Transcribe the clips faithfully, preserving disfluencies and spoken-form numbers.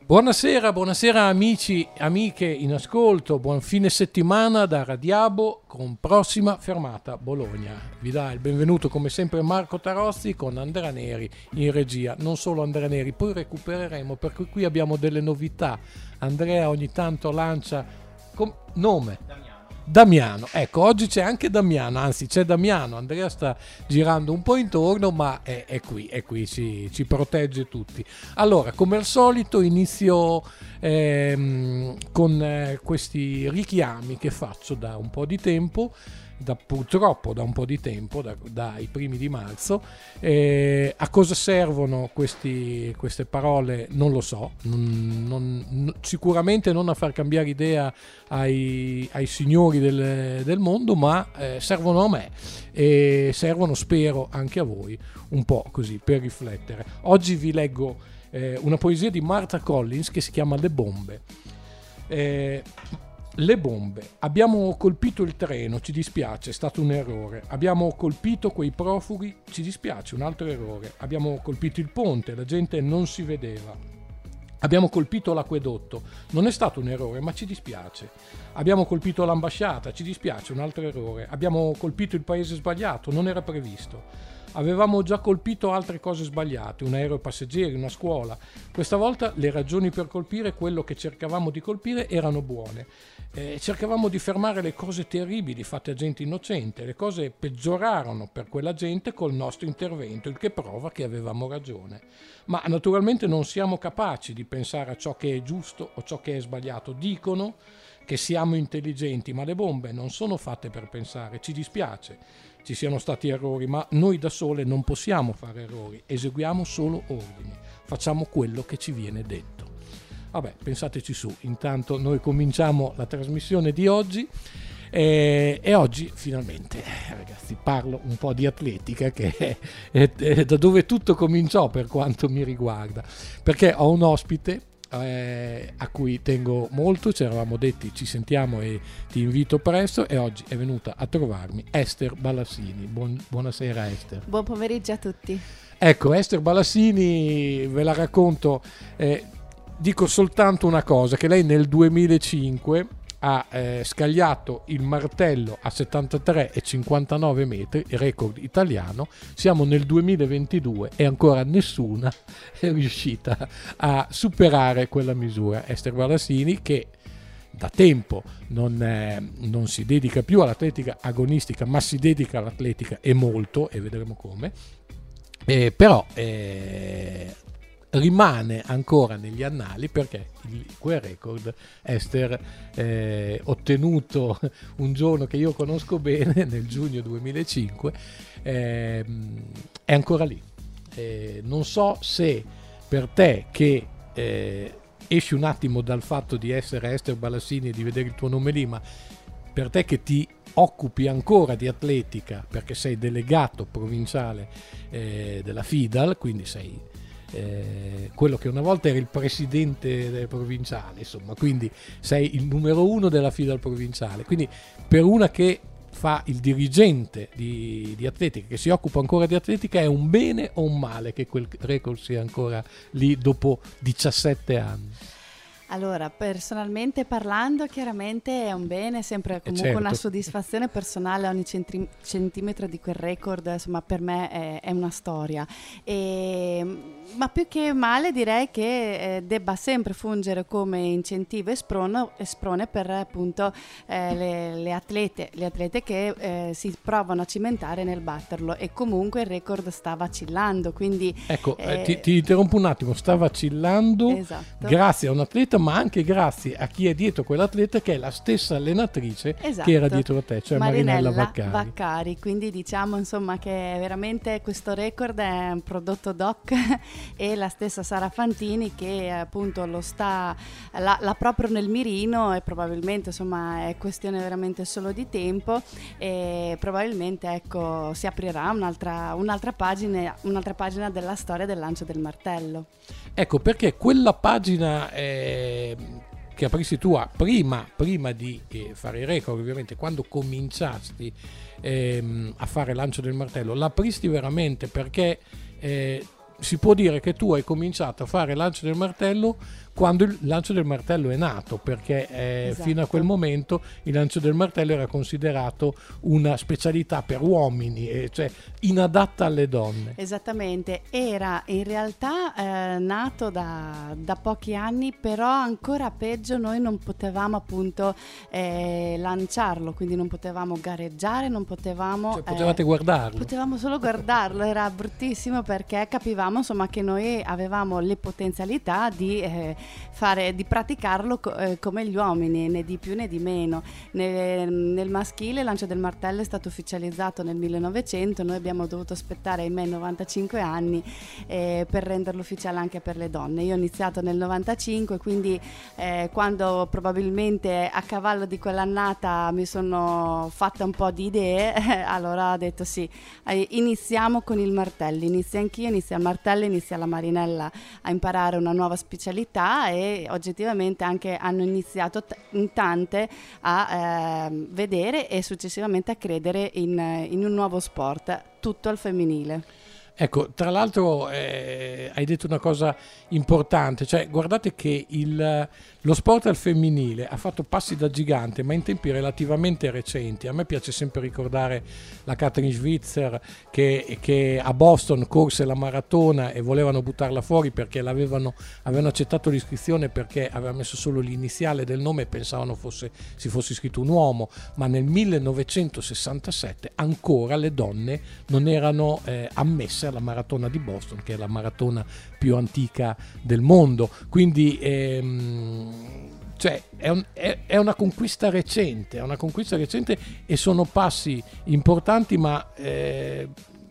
Buonasera, buonasera amici, amiche in ascolto, buon fine settimana da Radiabo con prossima fermata Bologna. Vi dà il benvenuto come sempre Marco Tarozzi con Andrea Neri in regia, non solo Andrea Neri, poi recupereremo perché qui abbiamo delle novità. Andrea ogni tanto lancia com- nome. Damiano. Damiano, ecco, oggi c'è anche Damiano, anzi c'è Damiano, Andrea sta girando un po' intorno ma è, è qui, è qui, ci, ci protegge tutti. Allora, come al solito inizio ehm, con eh, questi richiami che faccio da un po' di tempo, da, purtroppo da un po' di tempo, da, dai primi di marzo. Eh, a cosa servono questi, queste parole non lo so, non, non, sicuramente non a far cambiare idea ai, ai signori del, del mondo, ma eh, servono a me e servono, spero, anche a voi, un po' così per riflettere. Oggi vi leggo eh, una poesia di Martha Collins che si chiama Le bombe. Eh, Le bombe. Abbiamo colpito il treno, ci dispiace, è stato un errore. Abbiamo colpito quei profughi, ci dispiace, un altro errore. Abbiamo colpito il ponte, la gente non si vedeva. Abbiamo colpito l'acquedotto, non è stato un errore, ma ci dispiace. Abbiamo colpito l'ambasciata, ci dispiace, un altro errore. Abbiamo colpito il paese sbagliato, non era previsto. Avevamo già colpito altre cose sbagliate, un aereo passeggeri, una scuola. Questa volta le ragioni per colpire quello che cercavamo di colpire erano buone. Eh, cercavamo di fermare le cose terribili fatte a gente innocente. Le cose peggiorarono per quella gente col nostro intervento, il che prova che avevamo ragione. Ma naturalmente non siamo capaci di pensare a ciò che è giusto o ciò che è sbagliato. Dicono che siamo intelligenti, ma le bombe non sono fatte per pensare. Ci dispiace ci siano stati errori, ma noi da sole non possiamo fare errori, eseguiamo solo ordini, facciamo quello che ci viene detto. Vabbè, pensateci su, intanto noi cominciamo la trasmissione di oggi e, e oggi finalmente, ragazzi, parlo un po' di atletica, che è, è, è da dove tutto cominciò per quanto mi riguarda, perché ho un ospite Eh, a cui tengo molto. Ci eravamo detti ci sentiamo e ti invito presto, e oggi è venuta a trovarmi Ester Balassini. Buon, buonasera Ester. Buon pomeriggio a tutti. Ecco, Ester Balassini, ve la racconto, eh, dico soltanto una cosa, che lei nel duemilacinque ha eh, scagliato il martello a settantatré virgola cinquantanove metri, record italiano. Siamo nel duemilaventidue e ancora nessuna è riuscita a superare quella misura. Ester Balassini, che da tempo non, eh, non si dedica più all'atletica agonistica, ma si dedica all'atletica e molto, e vedremo come, eh, però eh, rimane ancora negli annali perché il, quel record Ester eh, ottenuto un giorno che io conosco bene, nel giugno duemilacinque, eh, è ancora lì. Eh, non so se per te che eh, esci un attimo dal fatto di essere Ester Balassini e di vedere il tuo nome lì, ma per te che ti occupi ancora di atletica perché sei delegato provinciale eh, della FIDAL, quindi sei Eh, quello che una volta era il presidente del provinciale, insomma, quindi sei il numero uno della FIDAL provinciale. Quindi per una che fa il dirigente di, di atletica, che si occupa ancora di atletica, è un bene o un male che quel record sia ancora lì dopo diciassette anni? Allora, personalmente parlando, chiaramente è un bene, sempre comunque certo. Una soddisfazione personale ogni centri- centimetro di quel record, insomma, per me è, è una storia. E, ma più che male direi che eh, debba sempre fungere come incentivo e sprone, e sprone per appunto eh, le, le atlete, le atlete che eh, si provano a cimentare nel batterlo, e comunque il record sta vacillando, quindi ecco, eh, eh, ti, ti interrompo un attimo, sta vacillando, esatto. Grazie a un atleta, ma anche grazie a chi è dietro quell'atleta, che è la stessa allenatrice esatto. che era dietro a te, cioè Marinella, Marinella Vaccari. Vaccari. Quindi diciamo insomma che veramente questo record è un prodotto doc e la stessa Sara Fantini che appunto lo sta l'ha, l'ha proprio nel mirino, e probabilmente insomma è questione veramente solo di tempo, e probabilmente ecco si aprirà un'altra, un'altra pagina un'altra pagina della storia del lancio del martello. Ecco perché quella pagina eh, che apristi tu a, prima, prima di eh, fare i record, ovviamente quando cominciasti ehm, a fare lancio del martello, l'apristi veramente perché eh, si può dire che tu hai cominciato a fare lancio del martello quando il lancio del martello è nato, perché eh, Esatto. fino a quel momento il lancio del martello era considerato una specialità per uomini, eh, cioè inadatta alle donne. Esattamente, era in realtà eh, nato da, da pochi anni, però ancora peggio, noi non potevamo appunto eh, lanciarlo, quindi non potevamo gareggiare, non potevamo... Cioè, potevate eh, guardarlo. Potevamo solo guardarlo, era bruttissimo perché capivamo insomma che noi avevamo le potenzialità di eh, fare, di praticarlo co- eh, come gli uomini, né di più né di meno. Nel, nel maschile il lancio del martello è stato ufficializzato nel millenovecento, noi abbiamo dovuto aspettare ahimè novantacinque anni eh, per renderlo ufficiale anche per le donne. Io ho iniziato nel novantacinque, quindi eh, quando probabilmente a cavallo di quell'annata mi sono fatta un po' di idee, eh, allora ho detto sì, eh, iniziamo con il martello, inizio anch'io, inizia il martello, inizia la Marinella a imparare una nuova specialità e oggettivamente anche hanno iniziato t- in tante a eh, vedere e successivamente a credere in, in un nuovo sport, tutto al femminile. Ecco, tra l'altro eh, hai detto una cosa importante, cioè guardate che il, lo sport al femminile ha fatto passi da gigante, ma in tempi relativamente recenti. A me piace sempre ricordare la Katrin Switzer che, che a Boston corse la maratona e volevano buttarla fuori perché l'avevano, avevano accettato l'iscrizione perché aveva messo solo l'iniziale del nome e pensavano fosse, si fosse iscritto un uomo, ma nel millenovecentosessantasette ancora le donne non erano eh, ammesse alla maratona di Boston, che è la maratona più antica del mondo. Quindi ehm, cioè è, un, è, è una conquista recente, è una conquista recente e sono passi importanti, ma eh,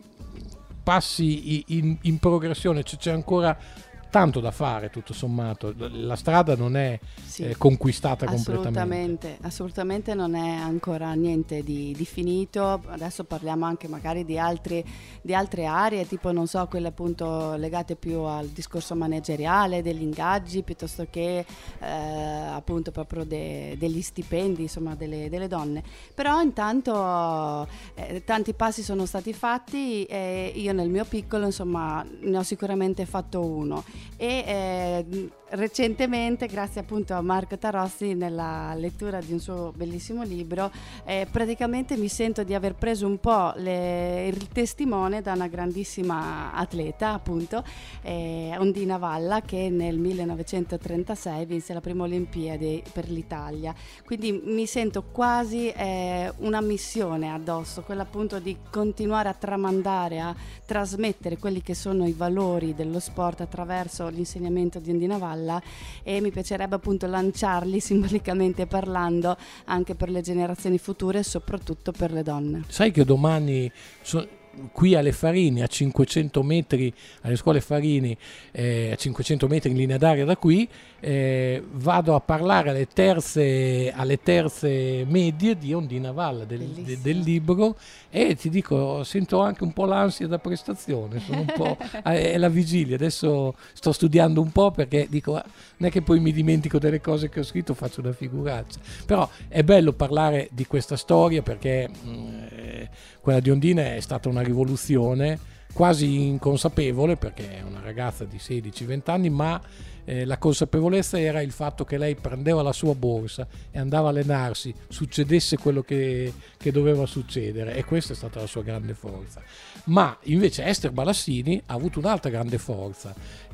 passi in, in progressione, cioè, c'è ancora tanto da fare, tutto sommato. La strada non è Sì, eh, conquistata assolutamente, completamente. assolutamente non è ancora niente di, di finito. Adesso parliamo anche magari di, altri, di altre aree, tipo non so, quelle appunto legate più al discorso manageriale, degli ingaggi, piuttosto che eh, appunto proprio de, degli stipendi, insomma, delle, delle donne. Però intanto eh, tanti passi sono stati fatti e io nel mio piccolo, insomma, ne ho sicuramente fatto uno. E eh, recentemente, grazie appunto a Marco Tarossi, nella lettura di un suo bellissimo libro, eh, praticamente mi sento di aver preso un po' le, il testimone da una grandissima atleta, appunto eh, Ondina Valla, che nel millenovecentotrentasei vinse la prima Olimpiade per l'Italia. Quindi mi sento quasi eh, una missione addosso, quella appunto di continuare a tramandare, a trasmettere quelli che sono i valori dello sport attraverso l'insegnamento di Ondina Valla, e mi piacerebbe appunto lanciarli simbolicamente parlando anche per le generazioni future e soprattutto per le donne. Sai che domani so, qui alle Farini, a cinquecento metri, alle scuole Farini, eh, a cinquecento metri in linea d'aria da qui, eh, vado a parlare alle terze, alle terze medie di Ondina Valla, del, de, del libro, e ti dico, sento anche un po' l'ansia da prestazione, sono un po', è la vigilia, adesso sto studiando un po' perché dico, non è che poi mi dimentico delle cose che ho scritto, faccio una figuraccia, però è bello parlare di questa storia perché mh, quella di Ondina è stata una rivoluzione quasi inconsapevole, perché è una ragazza di sedici venti anni, ma eh, la consapevolezza era il fatto che lei prendeva la sua borsa e andava a allenarsi, succedesse quello che, che doveva succedere, e questa è stata la sua grande forza. Ma invece Ester Balassini ha avuto un'altra grande forza,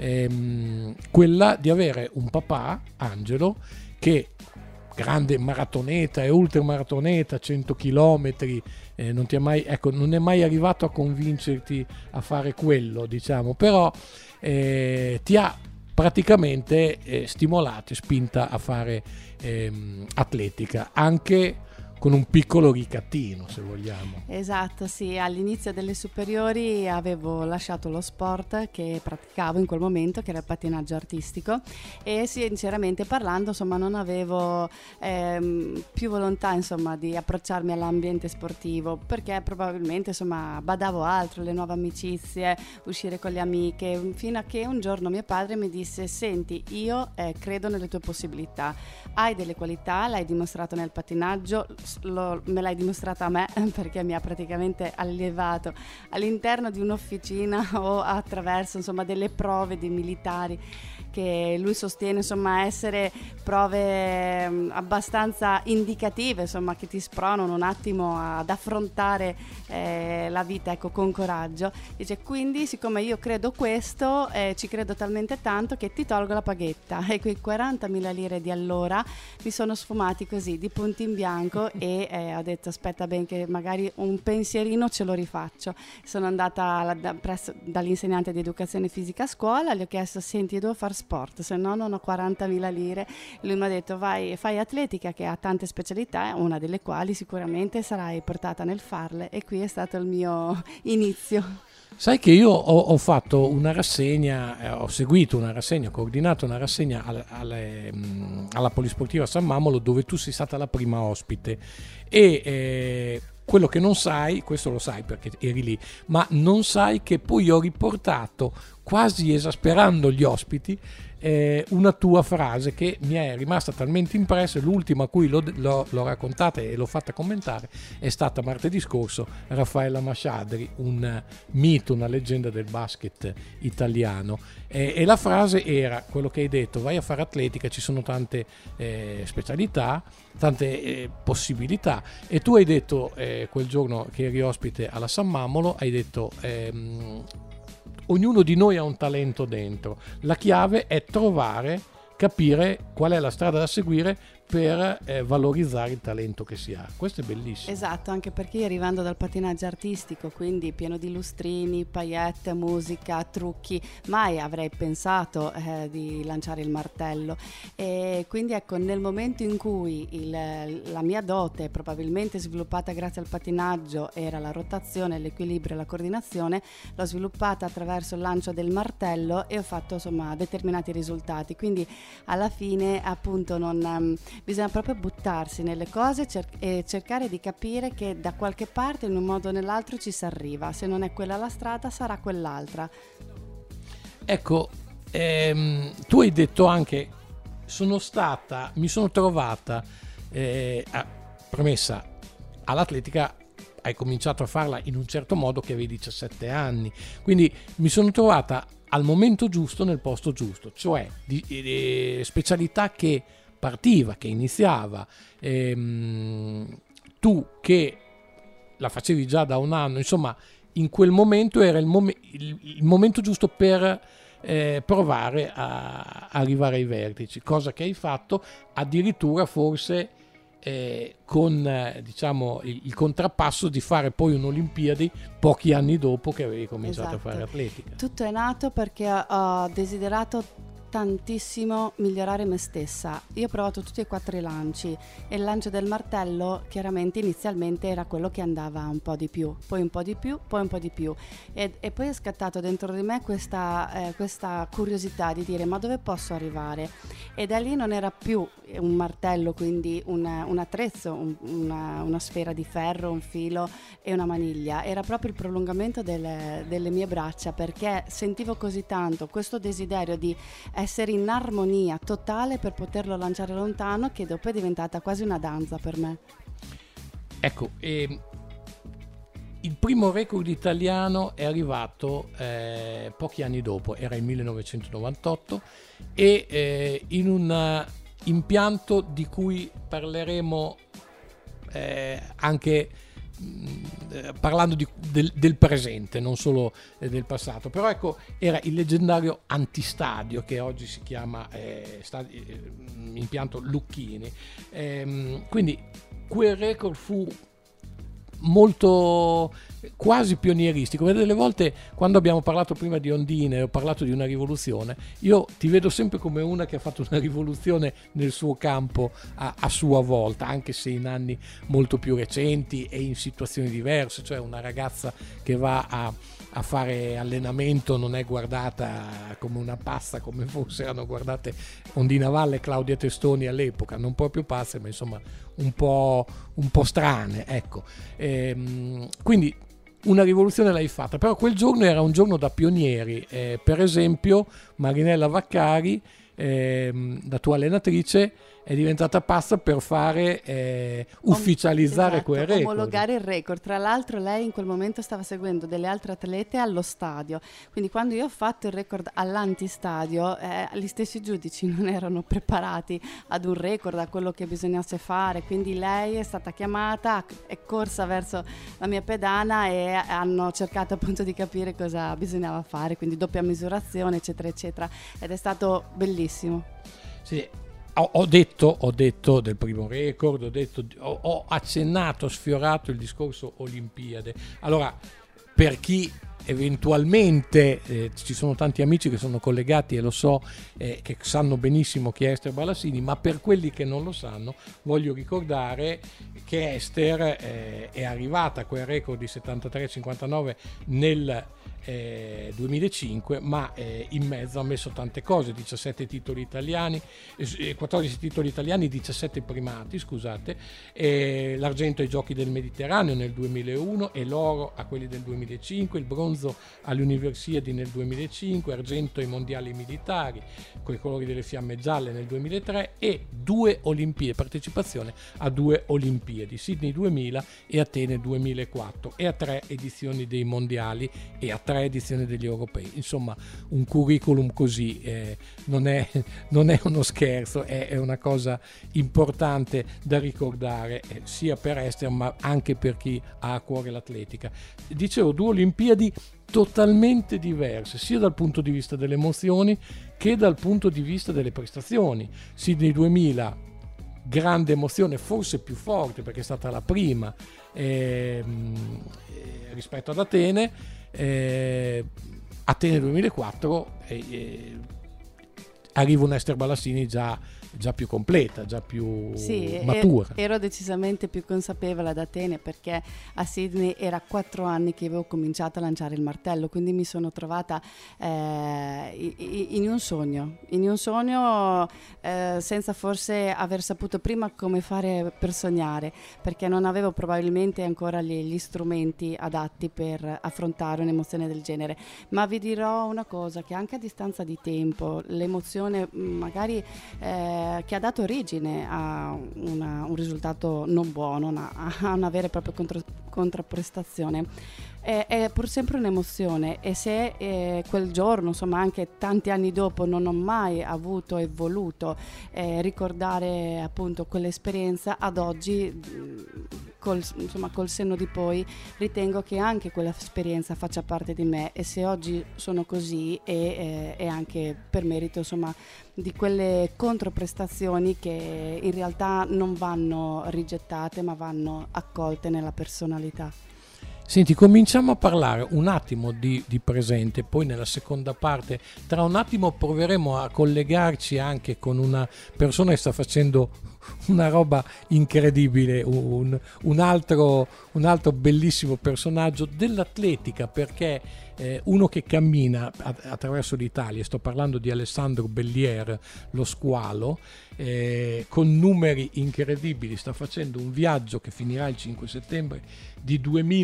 ehm, quella di avere un papà, Angelo, che grande maratoneta e ultramaratoneta, cento chilometri, eh, non ti è mai, ecco, non è mai arrivato a convincerti a fare quello, diciamo, però eh, ti ha praticamente eh, stimolato e spinta a fare ehm, atletica, anche con un piccolo ricattino, se vogliamo. Esatto, sì, all'inizio delle superiori avevo lasciato lo sport che praticavo in quel momento, che era il pattinaggio artistico, e sinceramente parlando, insomma, non avevo ehm, più volontà, insomma, di approcciarmi all'ambiente sportivo, perché probabilmente, insomma, badavo altro, le nuove amicizie, uscire con le amiche, fino a che un giorno mio padre mi disse: senti, io eh, credo nelle tue possibilità, hai delle qualità, l'hai dimostrato nel pattinaggio, Lo, me l'hai dimostrata a me, perché mi ha praticamente allevato all'interno di un'officina o attraverso, insomma, delle prove di militari che lui sostiene insomma essere prove mh, abbastanza indicative, insomma, che ti spronano un attimo ad affrontare eh, la vita, ecco, con coraggio. Dice: quindi siccome io credo questo, eh, ci credo talmente tanto che ti tolgo la paghetta. E quei quarantamila lire di allora mi sono sfumati così di punto in bianco e eh, ho detto: aspetta ben che magari un pensierino ce lo rifaccio. Sono andata alla, da, presso, dall'insegnante di educazione fisica a scuola, gli ho chiesto: senti, io devo fare sport, se no non ho quarantamila lire. Lui mi ha detto: vai, fai atletica, che ha tante specialità, una delle quali sicuramente sarai portata nel farle. E qui è stato il mio inizio. Sai che io ho, ho fatto una rassegna, eh, ho seguito una rassegna, ho coordinato una rassegna alle, alle, mh, alla Polisportiva San Mamolo, dove tu sei stata la prima ospite, e eh, quello che non sai, questo lo sai perché eri lì, ma non sai che poi ho riportato, quasi esasperando gli ospiti, eh, una tua frase che mi è rimasta talmente impressa. L'ultima a cui l'ho, l'ho, l'ho raccontata e l'ho fatta commentare è stata martedì scorso Raffaella Masciadri, un mito, una leggenda del basket italiano, e, e la frase era quello che hai detto: vai a fare atletica, ci sono tante eh, specialità, tante eh, possibilità. E tu hai detto eh, quel giorno che eri ospite alla San Mamolo, hai detto ehm, ognuno di noi ha un talento dentro, la chiave è trovare, capire qual è la strada da seguire per eh, valorizzare il talento che si ha. Questo è bellissimo. Esatto, anche perché io, arrivando dal pattinaggio artistico, quindi pieno di lustrini, paillette, musica, trucchi, mai avrei pensato eh, di lanciare il martello. E quindi ecco, nel momento in cui il, la mia dote, probabilmente sviluppata grazie al pattinaggio, era la rotazione, l'equilibrio e la coordinazione, l'ho sviluppata attraverso il lancio del martello e ho fatto insomma determinati risultati. Quindi alla fine appunto non... Um, bisogna proprio buttarsi nelle cose cer- e cercare di capire che da qualche parte, in un modo o nell'altro, ci si arriva. Se non è quella la strada, sarà quell'altra. Ecco, ehm, tu hai detto anche: sono stata, mi sono trovata, eh, a, premessa, all'atletica hai cominciato a farla in un certo modo che avevi diciassette anni, quindi mi sono trovata al momento giusto nel posto giusto, cioè di, di specialità che partiva, che iniziava, ehm, tu che la facevi già da un anno, insomma in quel momento era il, mom- il, il momento giusto per eh, provare a, a arrivare ai vertici, cosa che hai fatto addirittura forse eh, con eh, diciamo il, il contrappasso di fare poi un'Olimpiadi pochi anni dopo che avevi cominciato Esatto. a fare atletica. Tutto è nato perché ho desiderato tantissimo migliorare me stessa. Io ho provato tutti e quattro i lanci e il lancio del martello chiaramente inizialmente era quello che andava un po' di più, poi un po' di più, poi un po' di più e, e poi è scattato dentro di me questa, eh, questa curiosità di dire: ma dove posso arrivare? E da lì non era più un martello, quindi una, un attrezzo, un, una, una sfera di ferro, un filo e una maniglia, era proprio il prolungamento delle, delle mie braccia, perché sentivo così tanto questo desiderio di essere in armonia totale per poterlo lanciare lontano, che dopo è diventata quasi una danza per me. Ecco, ehm, il primo record italiano è arrivato eh, pochi anni dopo, era il millenovecentonovantotto, e eh, in un impianto di cui parleremo eh, anche mh, parlando di, del, del presente, non solo eh, del passato. Però ecco, era il leggendario Antistadio, che oggi si chiama eh, stadio, eh, impianto Lucchini. Ehm, quindi quel record fu molto quasi pionieristico. Delle volte, quando abbiamo parlato prima di Ondine, ho parlato di una rivoluzione, io ti vedo sempre come una che ha fatto una rivoluzione nel suo campo a, a sua volta, anche se in anni molto più recenti e in situazioni diverse. Cioè una ragazza che va a, a fare allenamento non è guardata come una pazza come forse erano guardate Ondina Valle e Claudia Testoni all'epoca, non proprio pazze, ma insomma un po', un po' strane, ecco. Ehm, quindi una rivoluzione l'hai fatta, però quel giorno era un giorno da pionieri. Eh, per esempio Marinella Vaccari ehm, la tua allenatrice è diventata pazza per fare eh, ufficializzare esatto, quel record. Omologare il record. Tra l'altro lei in quel momento stava seguendo delle altre atlete allo stadio, quindi quando io ho fatto il record all'antistadio eh, gli stessi giudici non erano preparati ad un record, a quello che bisognasse fare, quindi lei è stata chiamata, è corsa verso la mia pedana e hanno cercato appunto di capire cosa bisognava fare, quindi doppia misurazione eccetera eccetera, ed è stato bellissimo. Sì. Ho detto, ho detto del primo record, ho, detto, ho, ho accennato, sfiorato il discorso Olimpiade. Allora, per chi eventualmente, eh, ci sono tanti amici che sono collegati e lo so, eh, che sanno benissimo chi è Ester Balassini, ma per quelli che non lo sanno voglio ricordare che Ester eh, è arrivata a quel record di settantatré cinquantanove nel Eh, duemilacinque, ma eh, in mezzo ha messo tante cose, diciassette titoli italiani, eh, quattordici titoli italiani, diciassette primati, scusate, eh, l'argento ai giochi del Mediterraneo nel duemilauno e l'oro a quelli del duemilacinque, il bronzo alle Universiadi nel duemilacinque, argento ai mondiali militari con i colori delle fiamme gialle nel duemilatré e due Olimpiadi, partecipazione a due Olimpiadi, Sydney duemila e Atene duemilaquattro, e a tre edizioni dei mondiali e a tre edizioni degli europei. Insomma, un curriculum così eh, non, è, non è uno scherzo, è, è una cosa importante da ricordare eh, sia per Ester ma anche per chi ha a cuore l'atletica. Dicevo, due Olimpiadi totalmente diverse sia dal punto di vista delle emozioni che dal punto di vista delle prestazioni. Sydney duemila, grande emozione, forse più forte perché è stata la prima ehm, rispetto ad Atene. Eh, Atene duemilaquattro eh, eh, arriva un Ester Balassini già, già più completa, già più sì, matura. Ero decisamente più consapevole ad Atene perché a Sydney era quattro anni che avevo cominciato a lanciare il martello, quindi mi sono trovata eh, in un sogno, in un sogno eh, senza forse aver saputo prima come fare per sognare, perché non avevo probabilmente ancora gli, gli strumenti adatti per affrontare un'emozione del genere. Ma vi dirò una cosa, che anche a distanza di tempo l'emozione magari eh, che ha dato origine a una, un risultato non buono, una, a una vera e propria contro, contraprestazione, è, è pur sempre un'emozione, e se eh, quel giorno, insomma anche tanti anni dopo, non ho mai avuto e voluto eh, ricordare appunto quell'esperienza, ad oggi col, insomma col senno di poi ritengo che anche quell'esperienza faccia parte di me, e se oggi sono così è, è, è anche per merito insomma di quelle controprestazioni che in realtà non vanno rigettate ma vanno accolte nella personalità. Senti, cominciamo a parlare un attimo di, di presente, poi nella seconda parte, tra un attimo proveremo a collegarci anche con una persona che sta facendo una roba incredibile, un, un, altro, un altro bellissimo personaggio dell'atletica, perché eh, uno che cammina attraverso l'Italia, sto parlando di Alessandro Bellier, lo squalo, eh, con numeri incredibili, sta facendo un viaggio che finirà il cinque settembre di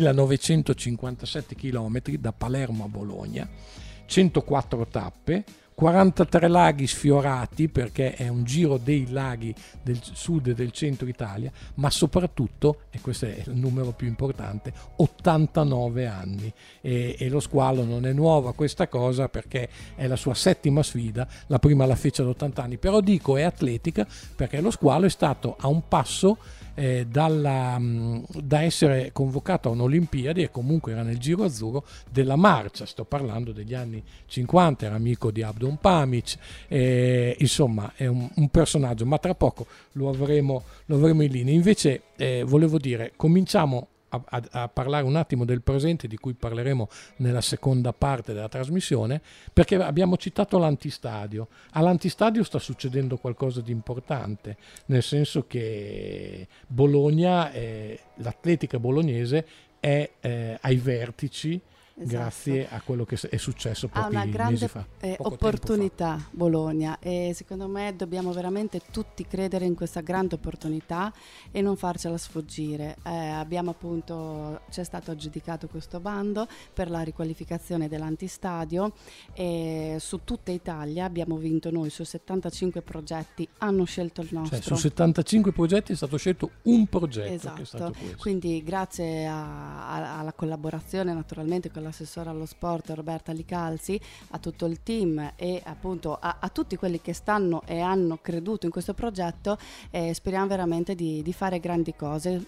duemilanovecentocinquantasette chilometri da Palermo a Bologna, centoquattro tappe, quarantatré laghi sfiorati, perché è un giro dei laghi del sud e del centro Italia, ma soprattutto, e questo è il numero più importante, ottantanove anni, e, e lo squalo non è nuova questa cosa perché è la sua settima sfida, la prima la fece ad ottanta anni, però dico è atletica perché lo squalo è stato a un passo Eh, dalla, da essere convocato a un'Olimpiadi, e comunque era nel giro azzurro della marcia, sto parlando degli anni cinquanta, era amico di Abdon Pamic, eh, insomma è un, un personaggio, ma tra poco lo avremo, lo avremo in linea. Invece eh, volevo dire, cominciamo A, a, a parlare un attimo del presente, di cui parleremo nella seconda parte della trasmissione, perché abbiamo citato l'antistadio. All'antistadio sta succedendo qualcosa di importante, nel senso che Bologna, eh, l'atletica bolognese è eh, ai vertici Esatto. Grazie a quello che è successo pochi ha una grande mesi fa, eh, poco opportunità Bologna, e secondo me dobbiamo veramente tutti credere in questa grande opportunità e non farcela sfuggire. Eh, abbiamo appunto, c'è stato aggiudicato questo bando per la riqualificazione dell'antistadio e su tutta Italia abbiamo vinto noi, su settantacinque progetti hanno scelto il nostro. Cioè, su settantacinque progetti è stato scelto un progetto, esatto. che è stato questo. Quindi grazie a, a, alla collaborazione naturalmente con l'assessore allo sport Roberta Licalzi, a tutto il team e appunto a, a tutti quelli che stanno e hanno creduto in questo progetto, eh, speriamo veramente di, di fare grandi cose.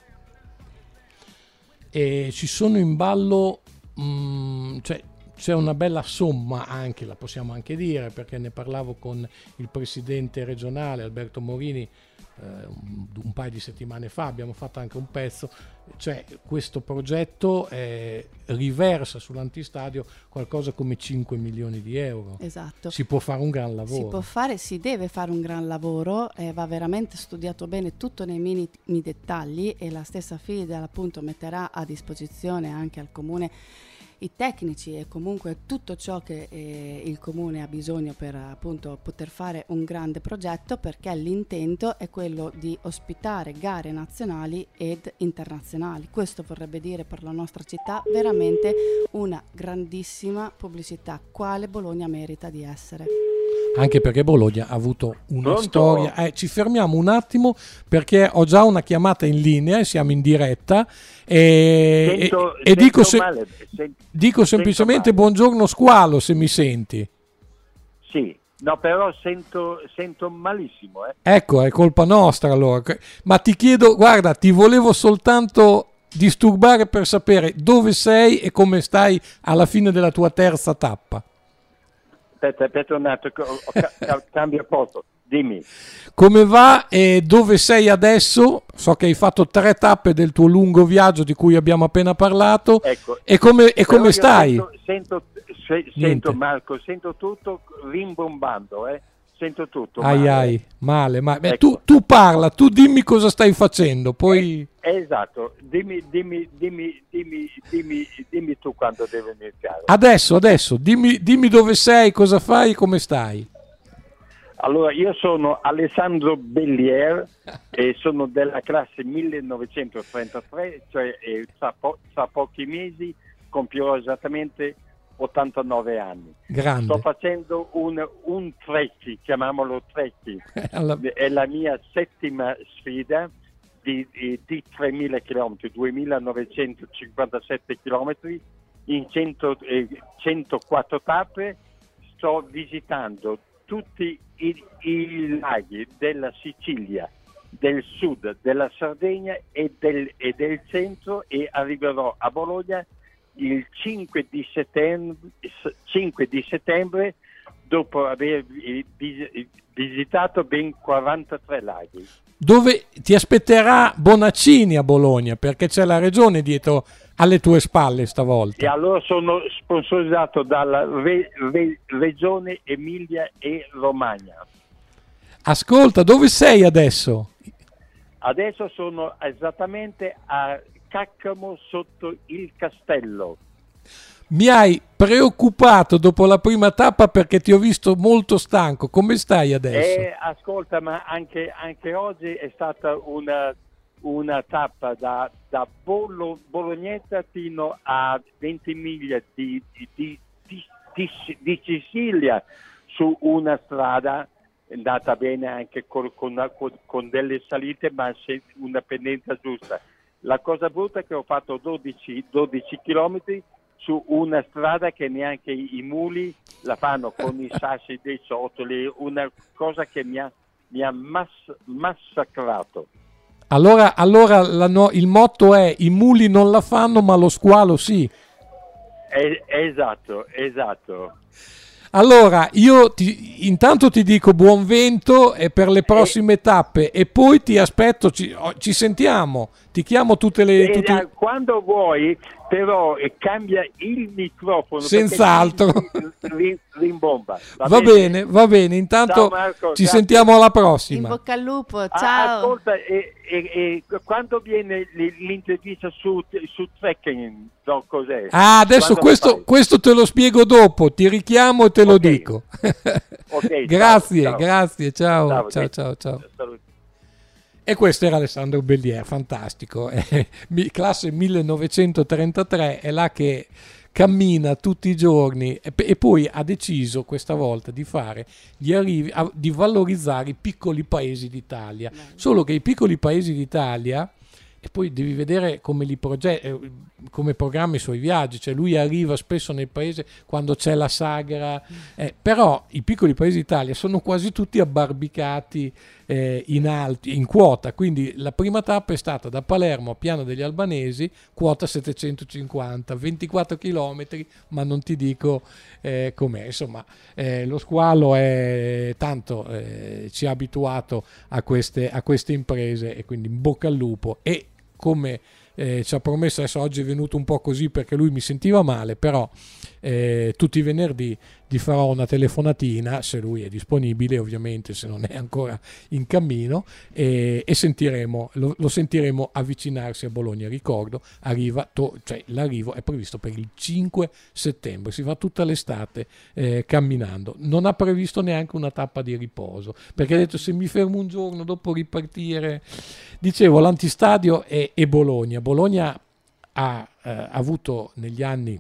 E ci sono in ballo, mh, cioè c'è una bella somma anche, la possiamo anche dire, perché ne parlavo con il presidente regionale Alberto Morini eh, un, un paio di settimane fa, abbiamo fatto anche un pezzo, cioè questo progetto eh, riversa sull'antistadio qualcosa come cinque milioni di euro. Esatto. Si può fare un gran lavoro. Si può fare, si deve fare un gran lavoro, eh, va veramente studiato bene tutto nei minimi dettagli, e la stessa FIDAL appunto metterà a disposizione anche al comune i tecnici e comunque tutto ciò che eh, il comune ha bisogno per appunto poter fare un grande progetto, perché l'intento è quello di ospitare gare nazionali ed internazionali. Questo vorrebbe dire per la nostra città veramente una grandissima pubblicità, quale Bologna merita di essere. Anche perché Bologna ha avuto una Pronto? storia. Eh, ci fermiamo un attimo perché ho già una chiamata in linea e siamo in diretta. E, Sento, e, e dico, se, male, sen- dico semplicemente male. buongiorno Squalo, se mi senti. Sì, no, però sento, sento malissimo. Eh. Ecco, è colpa nostra allora. Ma ti chiedo, guarda, ti volevo soltanto disturbare per sapere dove sei e come stai alla fine della tua terza tappa. Aspetta, aspetta un attimo, cambia posto, dimmi. Come va e dove sei adesso? So che hai fatto tre tappe del tuo lungo viaggio di cui abbiamo appena parlato. Ecco, e come, e come stai? Sento, sento, se, sento Marco, sento tutto rimbombando, eh? Sento tutto. Ai male. ai, male, male. Beh, Ecco. tu, tu parla, tu dimmi cosa stai facendo, poi... Eh, esatto, dimmi, dimmi, dimmi, dimmi, dimmi, dimmi tu quando devo iniziare. Adesso, adesso, dimmi, dimmi dove sei, cosa fai e come stai. Allora, io sono Alessandro Bellier e sono della classe millenovecentotrentatré, cioè eh, tra, po- tra pochi mesi compierò esattamente ottantanove anni. Grande. Sto facendo un, un trekking, chiamiamolo trekking, Alla... è la mia settima sfida di, di, di tremila chilometri, duemilanovecentocinquantasette chilometri in cento, eh, centoquattro tappe. Sto visitando tutti i, i laghi della Sicilia, del sud, della Sardegna e del, e del centro, e arriverò a Bologna il cinque di settembre, cinque di settembre dopo aver visitato ben quarantatré laghi. Dove ti aspetterà Bonaccini a Bologna, perché c'è la regione dietro alle tue spalle stavolta. E allora sono sponsorizzato dalla re, re, regione Emilia e Romagna. Ascolta, dove sei adesso? Adesso sono esattamente a Caccamo sotto il castello. Mi hai preoccupato dopo la prima tappa perché ti ho visto molto stanco. Come stai adesso? Eh, ascolta, ma anche, anche oggi è stata una, una tappa da, da Bollo, Bolognetta fino a Ventimiglia di, di, di, di, di, di Sicilia, su una strada andata bene anche con, con, con delle salite, ma una pendenza giusta. La cosa brutta è che ho fatto dodici, dodici chilometri su una strada che neanche i muli la fanno, con i sassi dei ciottoli, una cosa che mi ha, mi ha mass- massacrato. Allora, allora la no, il motto è: i muli non la fanno ma lo squalo sì. Es- esatto, esatto. Allora io ti, intanto ti dico buon vento e per le prossime tappe, e poi ti aspetto, ci, ci sentiamo, ti chiamo tutte le... E, tutte... eh, quando vuoi, però eh, cambia il microfono. Senz'altro. Rim- rimbomba. Va, va bene? bene, va bene. Intanto Ciao, Marco, ci grazie. sentiamo alla In prossima. bocca al lupo, Ah, ciao. ascolta, e, e, e quando viene l- l'intervista su, su trekking, no, cos'è? Ah, adesso Quando questo, fai? questo te lo spiego dopo, ti richiamo e te lo Ok. dico. Ok, grazie, ciao, ciao. grazie, ciao, Ciao, ciao, sì. ciao, ciao. Saluti. E questo era Alessandro Bellier, fantastico, eh, mi- classe millenovecentotrentatré, è là che cammina tutti i giorni e, e poi ha deciso questa volta di fare gli arrivi, a- di valorizzare i piccoli paesi d'Italia, solo che i piccoli paesi d'Italia, e poi devi vedere come li proge- come programma i suoi viaggi, cioè lui arriva spesso nel paese quando c'è la sagra, eh, però i piccoli paesi d'Italia sono quasi tutti abbarbicati eh, in alti, in quota, quindi la prima tappa è stata da Palermo a Piano degli Albanesi, quota settecentocinquanta, ventiquattro chilometri, ma non ti dico eh, com'è, insomma eh, lo squalo è tanto, eh, ci ha abituato a queste, a queste imprese e quindi in bocca al lupo. E come eh, ci ha promesso, adesso oggi è venuto un po' così perché lui mi sentiva male, però eh, tutti i venerdì gli farò una telefonatina se lui è disponibile, ovviamente, se non è ancora in cammino, e, e sentiremo, lo, lo sentiremo avvicinarsi a Bologna. Ricordo, arriva to, cioè l'arrivo è previsto per il cinque settembre, si va tutta l'estate eh, camminando, non ha previsto neanche una tappa di riposo perché ha detto se mi fermo un giorno dopo ripartire. Dicevo, l'antistadio è, è Bologna. Bologna ha eh, avuto negli anni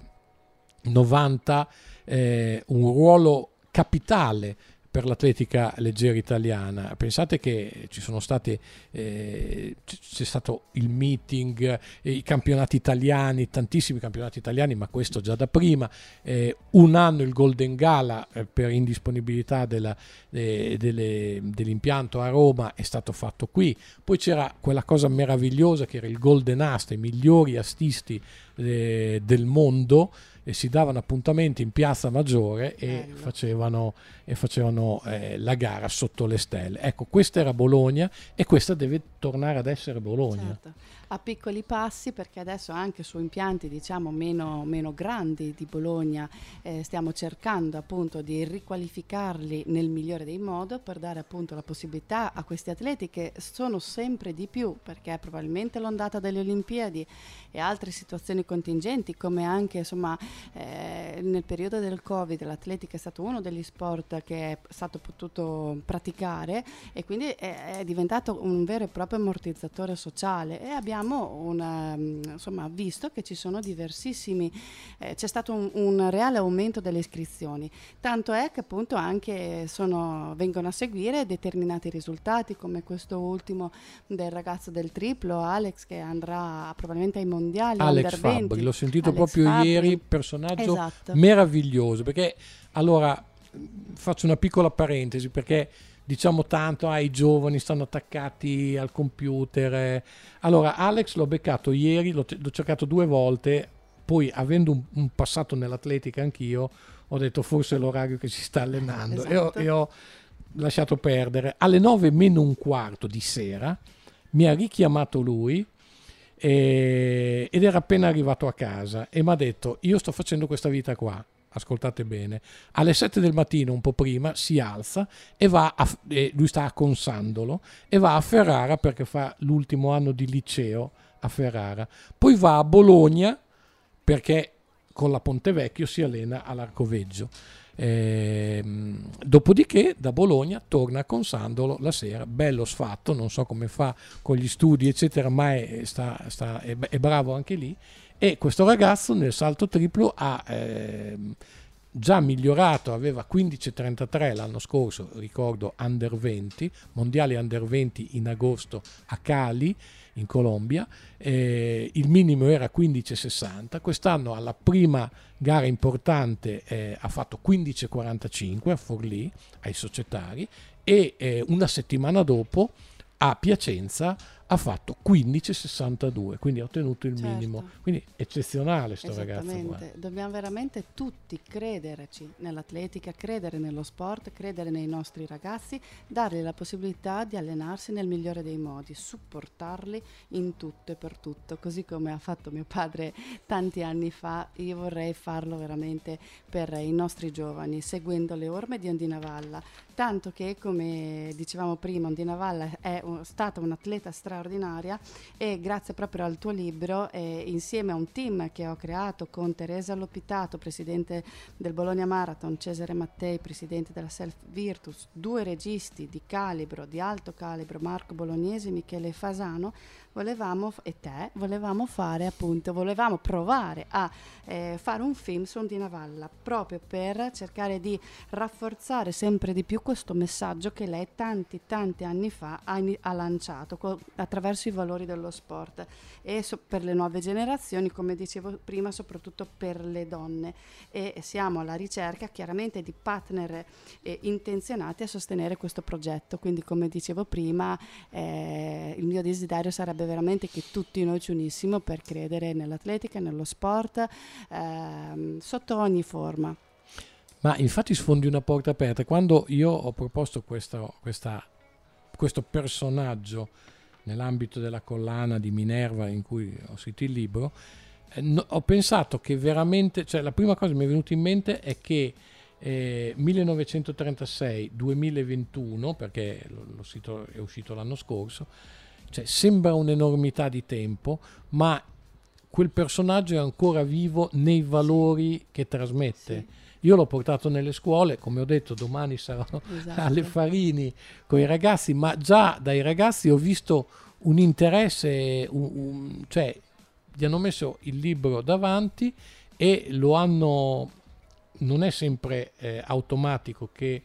novanta eh, un ruolo capitale per l'atletica leggera italiana. Pensate che ci sono state eh, c'è stato il meeting, eh, i campionati italiani, tantissimi campionati italiani, ma questo già da prima, eh, un anno il Golden Gala eh, per indisponibilità della, eh, delle, dell'impianto a Roma è stato fatto qui. Poi c'era quella cosa meravigliosa che era il Golden Asta, i migliori astisti eh, del mondo, e si davano appuntamenti in Piazza Maggiore e Bello. facevano, e facevano eh, la gara sotto le stelle. Ecco, questa era Bologna e questa deve tornare ad essere Bologna. Certo. A piccoli passi, perché adesso anche su impianti diciamo meno, meno grandi di Bologna eh, stiamo cercando appunto di riqualificarli nel migliore dei modi per dare appunto la possibilità a questi atleti che sono sempre di più, perché probabilmente l'ondata delle Olimpiadi e altre situazioni contingenti, come anche insomma eh, nel periodo del Covid l'atletica è stato uno degli sport che è stato potuto praticare e quindi è, è diventato un vero e proprio ammortizzatore sociale, e abbiamo una, insomma, visto che ci sono diversissimi, eh, c'è stato un, un reale aumento delle iscrizioni, tanto è che appunto anche sono, vengono a seguire determinati risultati come questo ultimo del ragazzo del triplo, Alex, che andrà probabilmente ai mondiali Alex under venti. Fabbri, l'ho sentito Alex proprio Fabbri. ieri, personaggio Esatto. meraviglioso, perché allora faccio una piccola parentesi, perché diciamo tanto, ah, i giovani stanno attaccati al computer. eh. Allora, Alex l'ho beccato ieri, l'ho, l'ho cercato due volte, poi avendo un, un passato nell'atletica anch'io, ho detto forse è l'orario che si sta allenando. E, ho, Esatto. e ho lasciato perdere. Alle nove meno un quarto di sera mi ha richiamato lui e- ed era appena arrivato a casa e mi ha detto: io sto facendo questa vita qua. Ascoltate bene, alle sette del mattino, un po' prima, si alza e va a, e lui sta a Consandolo e va a Ferrara perché fa l'ultimo anno di liceo a Ferrara, poi va a Bologna perché con la Pontevecchio si allena all'Arcoveggio. Ehm, dopodiché da Bologna torna a Consandolo la sera, bello sfatto, non so come fa con gli studi eccetera, ma è, sta, sta, è, è bravo anche lì. E questo ragazzo nel salto triplo ha ehm, già migliorato, aveva quindici virgola trentatré l'anno scorso, ricordo under venti, mondiali under venti in agosto a Cali in Colombia, eh, il minimo era quindici virgola sessanta, quest'anno alla prima gara importante eh, ha fatto quindici virgola quarantacinque a Forlì, ai societari, e eh, una settimana dopo a Piacenza ha fatto quindici virgola sessantadue, quindi ha ottenuto il Certo. minimo. Quindi eccezionale sto ragazzo qua. Esattamente, dobbiamo veramente tutti crederci nell'atletica, credere nello sport, credere nei nostri ragazzi, dargli la possibilità di allenarsi nel migliore dei modi, supportarli in tutto e per tutto, così come ha fatto mio padre tanti anni fa. Io vorrei farlo veramente per i nostri giovani, seguendo le orme di Ondina Valla, tanto che, come dicevamo prima, Ondina Valla è un, stata un'atleta straordinaria, e grazie proprio al tuo libro, eh, insieme a un team che ho creato con Teresa Lopitato, presidente del Bologna Marathon, Cesare Mattei, presidente della Self Virtus, due registi di calibro, di alto calibro, Marco Bolognesi, Michele Fasano, volevamo, e te, volevamo fare appunto, volevamo provare a eh, fare un film su Ondina Valla, proprio per cercare di rafforzare sempre di più questo messaggio che lei tanti tanti anni fa ha, ha lanciato co- attraverso i valori dello sport, e so- per le nuove generazioni, come dicevo prima, soprattutto per le donne, e siamo alla ricerca chiaramente di partner eh, intenzionati a sostenere questo progetto. Quindi, come dicevo prima, eh, il mio desiderio sarebbe veramente che tutti noi ci unissimo per credere nell'atletica, nello sport, ehm, sotto ogni forma. Ma infatti sfondi una porta aperta. Quando io ho proposto questa, questa, questo personaggio nell'ambito della collana di Minerva in cui ho scritto il libro, eh, no, ho pensato che veramente, cioè la prima cosa che mi è venuta in mente è che eh, millenovecentotrentasei duemilaventuno, perché lo, lo sito è uscito l'anno scorso, cioè sembra un'enormità di tempo, ma quel personaggio è ancora vivo nei valori che trasmette. Sì. Io l'ho portato nelle scuole, come ho detto, domani sarò Esatto. alle Farini con i ragazzi, ma già dai ragazzi ho visto un interesse, un, un, cioè gli hanno messo il libro davanti e lo hanno, non è sempre eh, automatico che,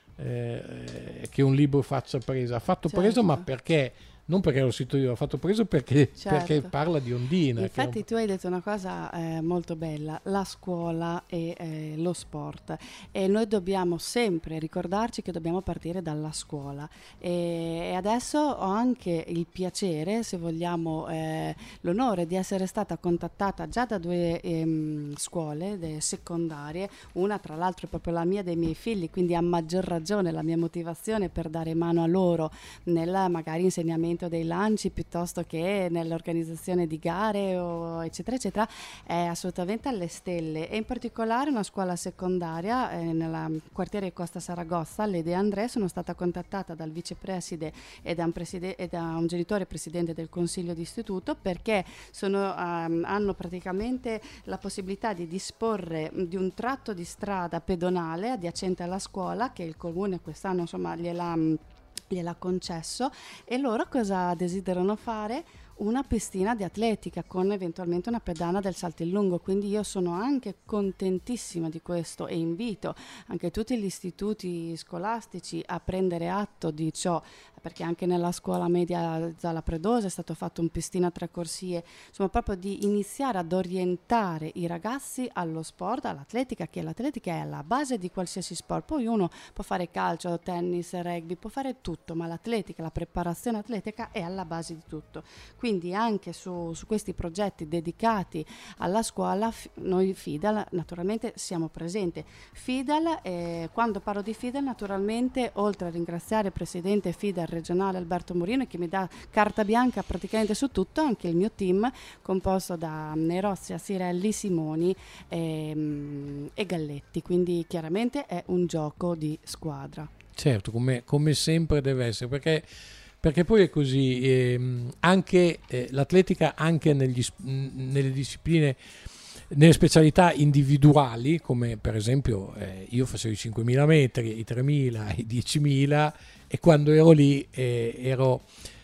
eh, che un libro faccia presa, ha fatto Certo. presa, ma perché? Non perché l'ho scritto io, l'ho fatto preso perché, Certo. perché parla di Ondina. Infatti che è un... tu hai detto una cosa eh, molto bella, la scuola e eh, lo sport, e noi dobbiamo sempre ricordarci che dobbiamo partire dalla scuola, e, e adesso ho anche il piacere, se vogliamo, eh, l'onore di essere stata contattata già da due ehm, scuole de- secondarie, una tra l'altro è proprio la mia, dei miei figli, quindi a maggior ragione la mia motivazione per dare mano a loro nel magari insegnamento dei lanci piuttosto che nell'organizzazione di gare o eccetera eccetera, è assolutamente alle stelle, e in particolare una scuola secondaria eh, nella quartiere Costa Saragozza, le De André. Sono stata contattata dal vicepreside e da un, preside- e da un genitore presidente del consiglio d'istituto, perché sono, um, hanno praticamente la possibilità di disporre di un tratto di strada pedonale adiacente alla scuola, che il comune quest'anno insomma gliela gliel'ha concesso, e loro cosa desiderano fare? Una piscina di atletica con eventualmente una pedana del salto in lungo. Quindi io sono anche contentissima di questo e invito anche tutti gli istituti scolastici a prendere atto di ciò, perché anche nella scuola media Zala Predosa è stato fatto un piscina a tre corsie, insomma proprio di iniziare ad orientare i ragazzi allo sport, all'atletica, che l'atletica è alla base di qualsiasi sport. Poi uno può fare calcio, tennis, rugby, può fare tutto, ma l'atletica, la preparazione atletica è alla base di tutto. Quindi anche su, su questi progetti dedicati alla scuola, f- noi FIDAL naturalmente siamo presenti. FIDAL, eh, quando parlo di FIDAL naturalmente, oltre a ringraziare il presidente FIDAL regionale Alberto Morino, che mi dà carta bianca praticamente su tutto, anche il mio team composto da Nerozia, Sirelli, Simoni ehm, e Galletti, quindi chiaramente è un gioco di squadra. Certo, come, come sempre deve essere, perché perché poi è così, ehm, anche eh, l'atletica, anche negli, nelle discipline, nelle specialità individuali, come per esempio eh, io facevo i cinquemila metri, i tremila, i diecimila, e quando ero lì eh, ero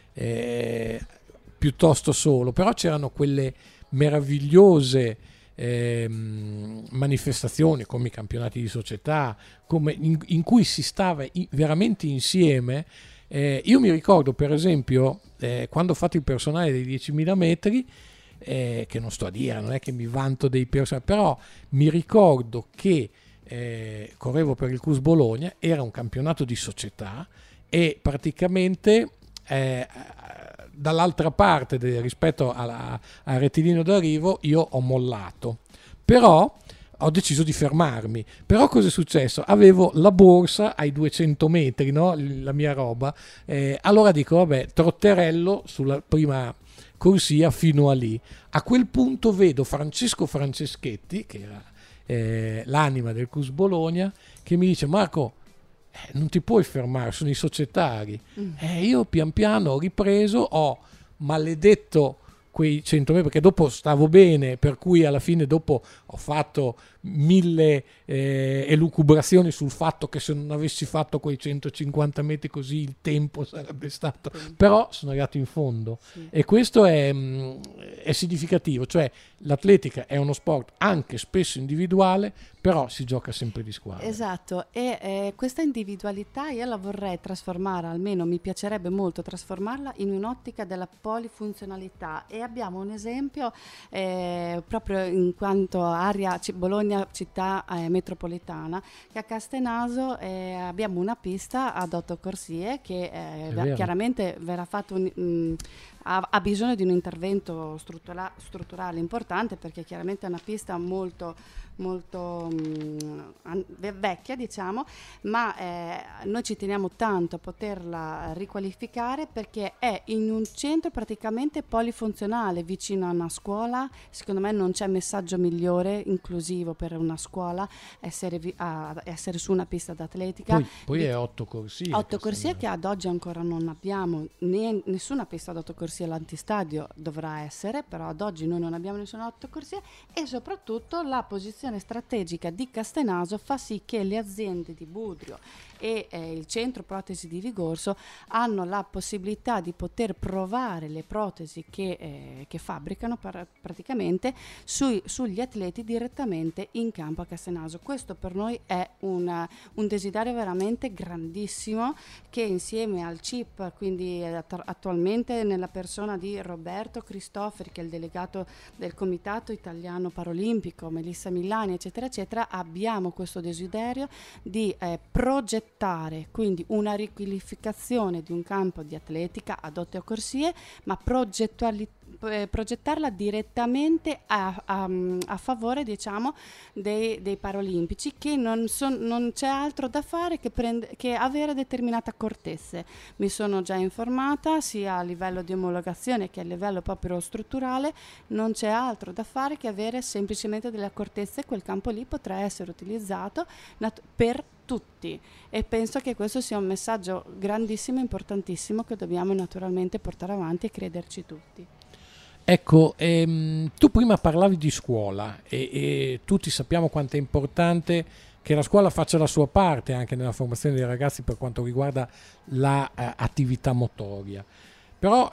eh, piuttosto solo, però c'erano quelle meravigliose eh, manifestazioni come i campionati di società, come in, in cui si stava in, veramente insieme. Eh, io mi ricordo per esempio eh, quando ho fatto il personale dei diecimila metri, eh, che non sto a dire, non è che mi vanto dei personali, però mi ricordo che eh, correvo per il C U S Bologna, era un campionato di società e praticamente eh, dall'altra parte de, rispetto alla, al rettilineo d'arrivo io ho mollato, però ho deciso di fermarmi. Però cosa è successo? Avevo la borsa ai duecento metri, no? La mia roba, eh, allora dico vabbè, trotterello sulla prima corsia fino a lì. A quel punto vedo Francesco Franceschetti, che era eh, l'anima del Cus Bologna, che mi dice: Marco, eh, non ti puoi fermare, sono i societari. Mm. Eh, io pian piano ho ripreso, ho maledetto quei cento metri, perché dopo stavo bene, per cui alla fine dopo ho fatto mille eh, elucubrazioni sul fatto che se non avessi fatto quei centocinquanta metri così il tempo sarebbe stato, sì. Però sono arrivato in fondo, sì. E questo è, mh, è significativo, cioè l'atletica è uno sport anche spesso individuale, però si gioca sempre di squadra. Esatto, e eh, questa individualità io la vorrei trasformare, almeno mi piacerebbe molto trasformarla in un'ottica della polifunzionalità, e abbiamo un esempio eh, proprio in quanto area C- Bologna città eh, metropolitana, che a Castenaso eh, abbiamo una pista ad otto corsie che eh, chiaramente verrà fatto un, mh, ha, ha bisogno di un intervento struttura- strutturale importante, perché chiaramente è una pista molto molto mh, vecchia, diciamo, ma eh, noi ci teniamo tanto a poterla riqualificare, perché è in un centro praticamente polifunzionale vicino a una scuola. Secondo me non c'è messaggio migliore inclusivo per una scuola essere, vi- a, essere su una pista d'atletica. Poi, poi di, è otto corsie. Otto corsie che ad oggi ancora non abbiamo, né, nessuna pista ad otto corsie, l'antistadio dovrà essere, però ad oggi noi non abbiamo nessuna otto corsie, e soprattutto la posizione strategica di Castenaso fa sì che le aziende di Budrio e eh, il centro protesi di Vigorso hanno la possibilità di poter provare le protesi che, eh, che fabbricano par- praticamente sui, sugli atleti direttamente in campo a Castenaso. Questo per noi è una, un desiderio veramente grandissimo, che insieme al C I P, quindi att- attualmente nella persona di Roberto Cristoferi, che è il delegato del Comitato Italiano Paralimpico, Melissa Millani, eccetera eccetera, abbiamo questo desiderio di eh, progettare quindi una riqualificazione di un campo di atletica ad otto corsie, ma progettuali, eh, progettarla direttamente a, a, a favore, diciamo, dei, dei paralimpici, che non, son, non c'è altro da fare che, prende, che avere determinate accortezze. Mi sono già informata sia a livello di omologazione che a livello proprio strutturale, non c'è altro da fare che avere semplicemente delle accortezze. Quel campo lì potrà essere utilizzato nat- per tutti, e penso che questo sia un messaggio grandissimo, importantissimo, che dobbiamo naturalmente portare avanti e crederci tutti. Ecco, ehm, tu prima parlavi di scuola e, e tutti sappiamo quanto è importante che la scuola faccia la sua parte anche nella formazione dei ragazzi per quanto riguarda l'attività la, eh, motoria. Però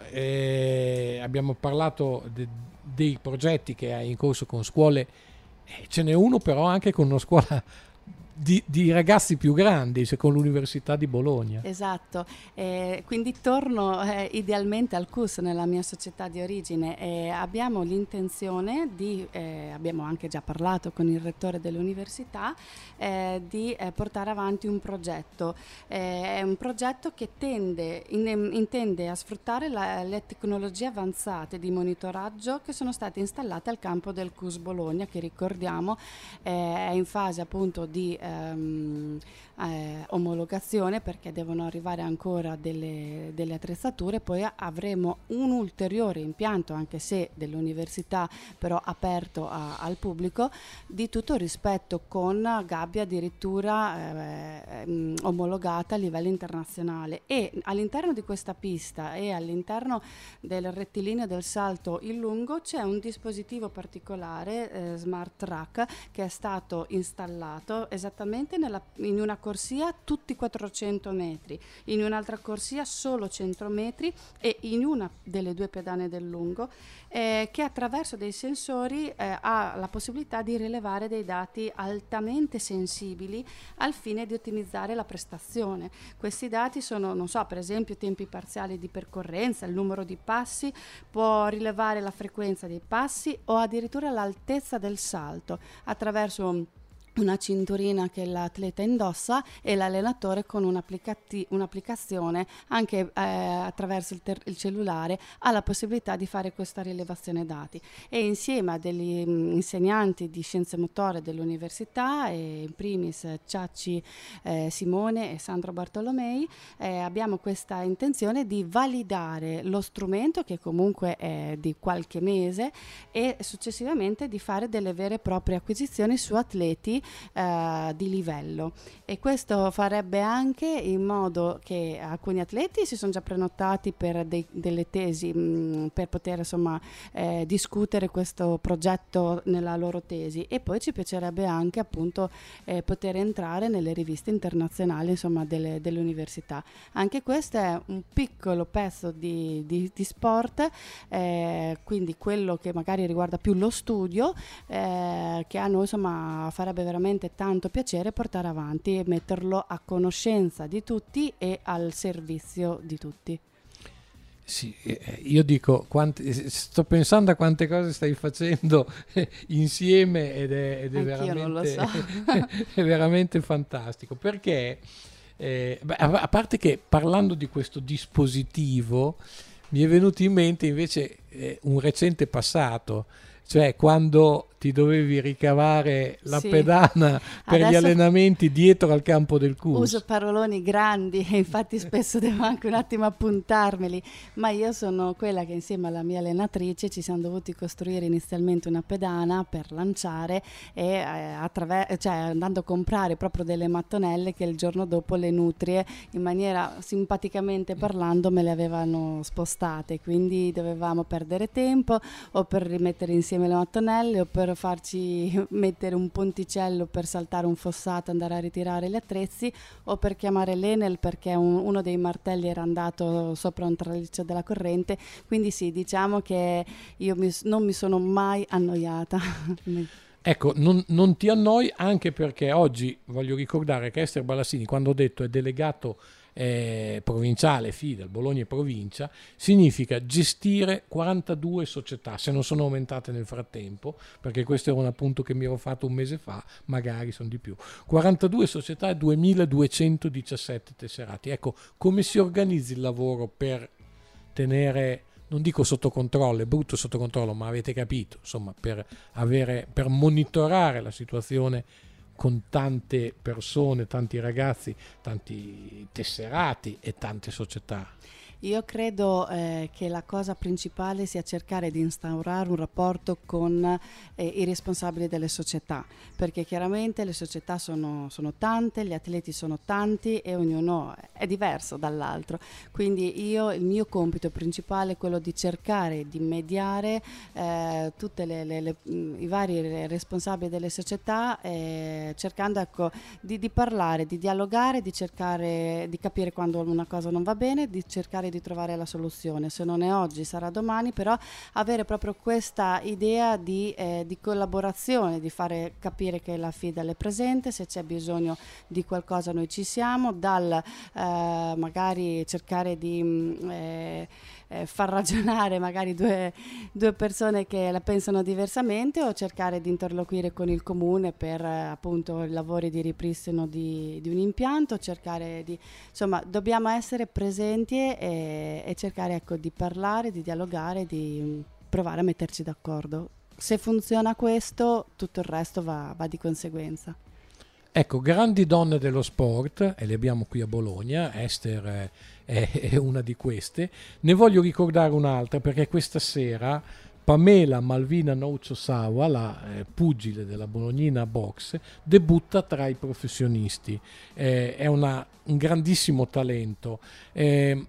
eh, abbiamo parlato de, dei progetti che hai in corso con scuole, eh, ce n'è uno però anche con una scuola Di, di ragazzi più grandi, cioè con l'Università di Bologna. Esatto, eh, quindi torno eh, idealmente al C U S, nella mia società di origine, e abbiamo l'intenzione di, eh, abbiamo anche già parlato con il rettore dell'università, eh, di eh, portare avanti un progetto. Eh, è un progetto che tende, in, intende a sfruttare la, le tecnologie avanzate di monitoraggio che sono state installate al campo del C U S Bologna, che ricordiamo eh, è in fase appunto di ehm, eh, omologazione, perché devono arrivare ancora delle, delle attrezzature. Poi avremo un ulteriore impianto, anche se dell'università, però aperto a, al pubblico, di tutto rispetto, con gabbia addirittura eh, ehm, omologata a livello internazionale. E all'interno di questa pista e all'interno del rettilineo del salto in lungo c'è un dispositivo particolare, eh, Smart Track, che è stato installato esattamente nella, in una corsia tutti quattrocento metri, in un'altra corsia solo cento metri, e in una delle due pedane del lungo, eh, che attraverso dei sensori eh, ha la possibilità di rilevare dei dati altamente sensibili al fine di ottimizzare la prestazione. Questi dati sono, non so, per esempio tempi parziali di percorrenza, il numero di passi, può rilevare la frequenza dei passi o addirittura l'altezza del salto attraverso una cinturina che l'atleta indossa e l'allenatore con un'applicati- un'applicazione anche eh, attraverso il, ter- il cellulare ha la possibilità di fare questa rilevazione dati, e insieme a degli mh, insegnanti di scienze motorie dell'università, e in primis Ciacci eh, Simone e Sandro Bartolomei, eh, abbiamo questa intenzione di validare lo strumento, che comunque è di qualche mese, e successivamente di fare delle vere e proprie acquisizioni su atleti Uh, di livello, e questo farebbe anche in modo che alcuni atleti si sono già prenotati per dei, delle tesi mh, per poter insomma eh, discutere questo progetto nella loro tesi, e poi ci piacerebbe anche appunto eh, poter entrare nelle riviste internazionali insomma delle, delle università. Anche questo è un piccolo pezzo di, di, di sport, eh, quindi quello che magari riguarda più lo studio, eh, che a noi insomma farebbe veramente tanto piacere portare avanti e metterlo a conoscenza di tutti e al servizio di tutti. Sì, io dico, quanti, sto pensando a quante cose stai facendo insieme ed è, ed è, veramente, non lo so. è veramente fantastico, perché eh, beh, a parte che parlando di questo dispositivo mi è venuto in mente invece eh, un recente passato, cioè quando ti dovevi ricavare la sì. pedana per Adesso gli allenamenti dietro al campo del C U S. Uso paroloni grandi e infatti spesso devo anche un attimo appuntarmeli, ma io sono quella che insieme alla mia allenatrice ci siamo dovuti costruire inizialmente una pedana per lanciare, e eh, attraver- cioè andando a comprare proprio delle mattonelle che il giorno dopo le nutrie, in maniera simpaticamente parlando, me le avevano spostate, quindi dovevamo perdere tempo o per rimettere insieme le mattonelle o per farci mettere un ponticello per saltare un fossato, andare a ritirare gli attrezzi, o per chiamare l'Enel perché un, uno dei martelli era andato sopra un traliccio della corrente. Quindi sì, diciamo che io mi, non mi sono mai annoiata. Ecco, non, non ti annoi, anche perché oggi voglio ricordare che Ester Balassini, quando ho detto è delegato eh, provinciale FIDAL, Bologna e provincia, significa gestire quarantadue società, se non sono aumentate nel frattempo, perché questo era un appunto che mi ero fatto un mese fa, magari sono di più, quarantadue società e duemiladuecentodiciassette tesserati. Ecco, come si organizza il lavoro per tenere, non dico sotto controllo, è brutto sotto controllo, ma avete capito, insomma, per avere, per monitorare la situazione con tante persone, tanti ragazzi, tanti tesserati e tante società? Io credo eh, che la cosa principale sia cercare di instaurare un rapporto con eh, i responsabili delle società, perché chiaramente le società sono, sono tante, gli atleti sono tanti e ognuno è diverso dall'altro, quindi io il mio compito principale è quello di cercare di mediare eh, tutte le, le, le, i vari responsabili delle società, eh, cercando ecco, di, di parlare, di dialogare, di cercare di capire quando una cosa non va bene, di cercare di trovare la soluzione, se non è oggi sarà domani, però avere proprio questa idea di, eh, di collaborazione, di fare capire che la FIDAL è presente, se c'è bisogno di qualcosa noi ci siamo, dal eh, magari cercare di mh, eh, eh, far ragionare magari due, due persone che la pensano diversamente, o cercare di interloquire con il comune per eh, appunto i lavori di ripristino di, di un impianto, cercare di, insomma, dobbiamo essere presenti e e cercare ecco di parlare, di dialogare, di provare a metterci d'accordo. Se funziona questo, tutto il resto va, va di conseguenza. Ecco, grandi donne dello sport, e le abbiamo qui a Bologna, Ester è, è una di queste. Ne voglio ricordare un'altra perché questa sera Pamela Malvina Noucho-Sawa, la eh, pugile della Bolognina Box, debutta tra i professionisti. Eh, è una, un grandissimo talento. Eh,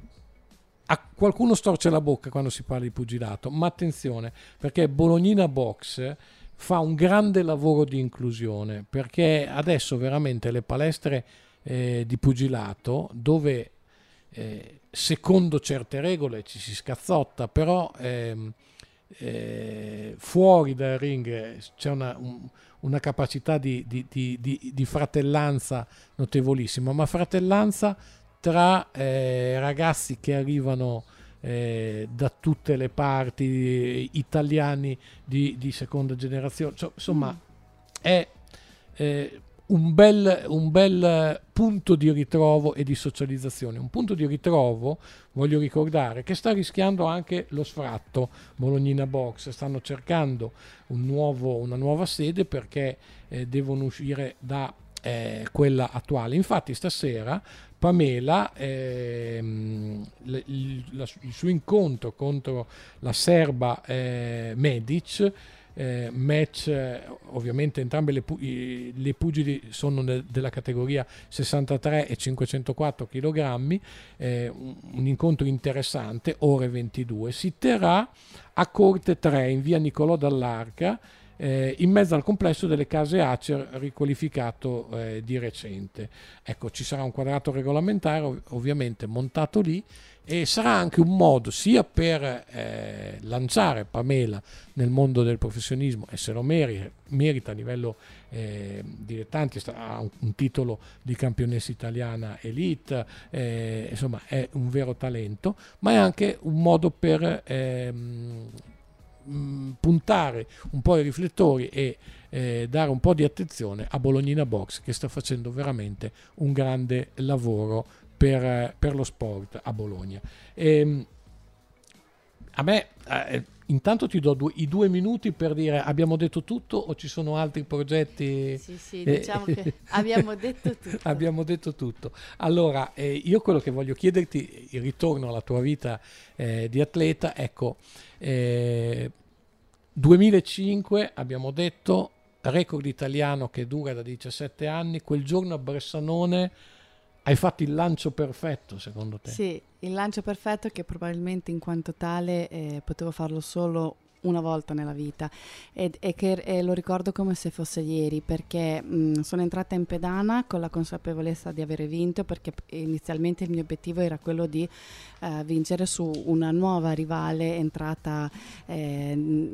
A qualcuno storce la bocca quando si parla di pugilato, ma attenzione, perché Bolognina Box fa un grande lavoro di inclusione, perché adesso veramente le palestre eh, di pugilato, dove eh, secondo certe regole ci si scazzotta, però ehm, eh, fuori dal ring c'è una, un, una capacità di, di, di, di, di fratellanza notevolissima, ma fratellanza tra eh, ragazzi che arrivano eh, da tutte le parti, eh, italiani di, di seconda generazione, cioè, insomma mm. è eh, un bel, un bel punto di ritrovo e di socializzazione, un punto di ritrovo, voglio ricordare, che sta rischiando anche lo sfratto. Bolognina Box stanno cercando un nuovo, una nuova sede perché eh, devono uscire da eh, quella attuale. Infatti stasera Pamela, ehm, le, il, la, il suo incontro contro la serba eh, Medic, eh, match eh, ovviamente entrambe le, pu- i, le pugili sono de- della categoria sessantatré e cinquecentoquattro chilogrammi, eh, un, un incontro interessante, ore ventidue, si terrà a Corte tre in via Nicolò Dall'Arca, Eh, in mezzo al complesso delle case Acer riqualificato eh, di recente. Ecco, ci sarà un quadrato regolamentare ov- ovviamente montato lì, e sarà anche un modo sia per eh, lanciare Pamela nel mondo del professionismo, e se lo merita, merita a livello eh, dilettanti, ha un, un titolo di campionessa italiana elite, eh, insomma è un vero talento, ma è anche un modo per ehm, puntare un po' i riflettori e eh, dare un po' di attenzione a Bolognina Box, che sta facendo veramente un grande lavoro per, per lo sport a Bologna. E, a me eh, intanto ti do due, i due minuti per dire: abbiamo detto tutto o ci sono altri progetti? Sì, sì, diciamo eh, che abbiamo detto tutto. Abbiamo detto tutto. Allora, eh, io quello che voglio chiederti, il ritorno alla tua vita eh, di atleta, ecco, eh, duemilacinque abbiamo detto, record italiano che dura da diciassette anni, quel giorno a Bressanone hai fatto il lancio perfetto, secondo te? Sì, il lancio perfetto che probabilmente in quanto tale eh, potevo farlo solo una volta nella vita, e, e che e lo ricordo come se fosse ieri, perché mh, sono entrata in pedana con la consapevolezza di avere vinto, perché inizialmente il mio obiettivo era quello di uh, vincere su una nuova rivale entrata eh,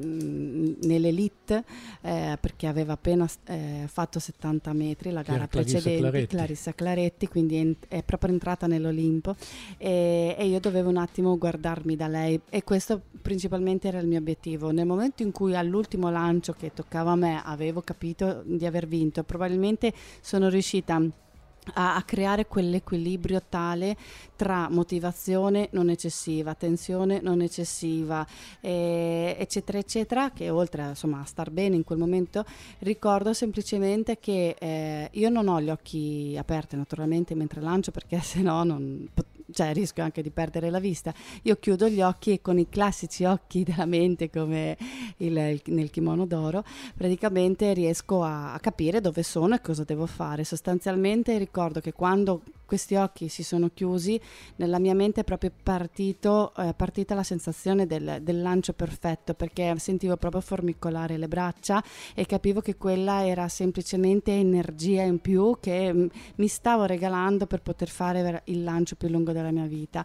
n- nell'elite, eh, perché aveva appena eh, fatto settanta metri la gara precedente, Claretti. Clarissa Claretti, quindi è, è proprio entrata nell'Olimpo, e, e io dovevo un attimo guardarmi da lei, e questo principalmente era il mio obiettivo. Nel momento in cui all'ultimo lancio che toccava a me avevo capito di aver vinto, probabilmente sono riuscita a, a creare quell'equilibrio tale tra motivazione non eccessiva, tensione non eccessiva, eh, eccetera eccetera, che oltre insomma a star bene in quel momento, ricordo semplicemente che eh, io non ho gli occhi aperti naturalmente mentre lancio, perché se no non pot- cioè rischio anche di perdere la vista. Io chiudo gli occhi e con i classici occhi della mente, come il, il, nel kimono d'oro, praticamente riesco a, a capire dove sono e cosa devo fare. Sostanzialmente ricordo che quando questi occhi si sono chiusi, nella mia mente è proprio partito, eh, partita la sensazione del, del lancio perfetto, perché sentivo proprio formicolare le braccia e capivo che quella era semplicemente energia in più che m- mi stavo regalando per poter fare il lancio più lungo della mia vita.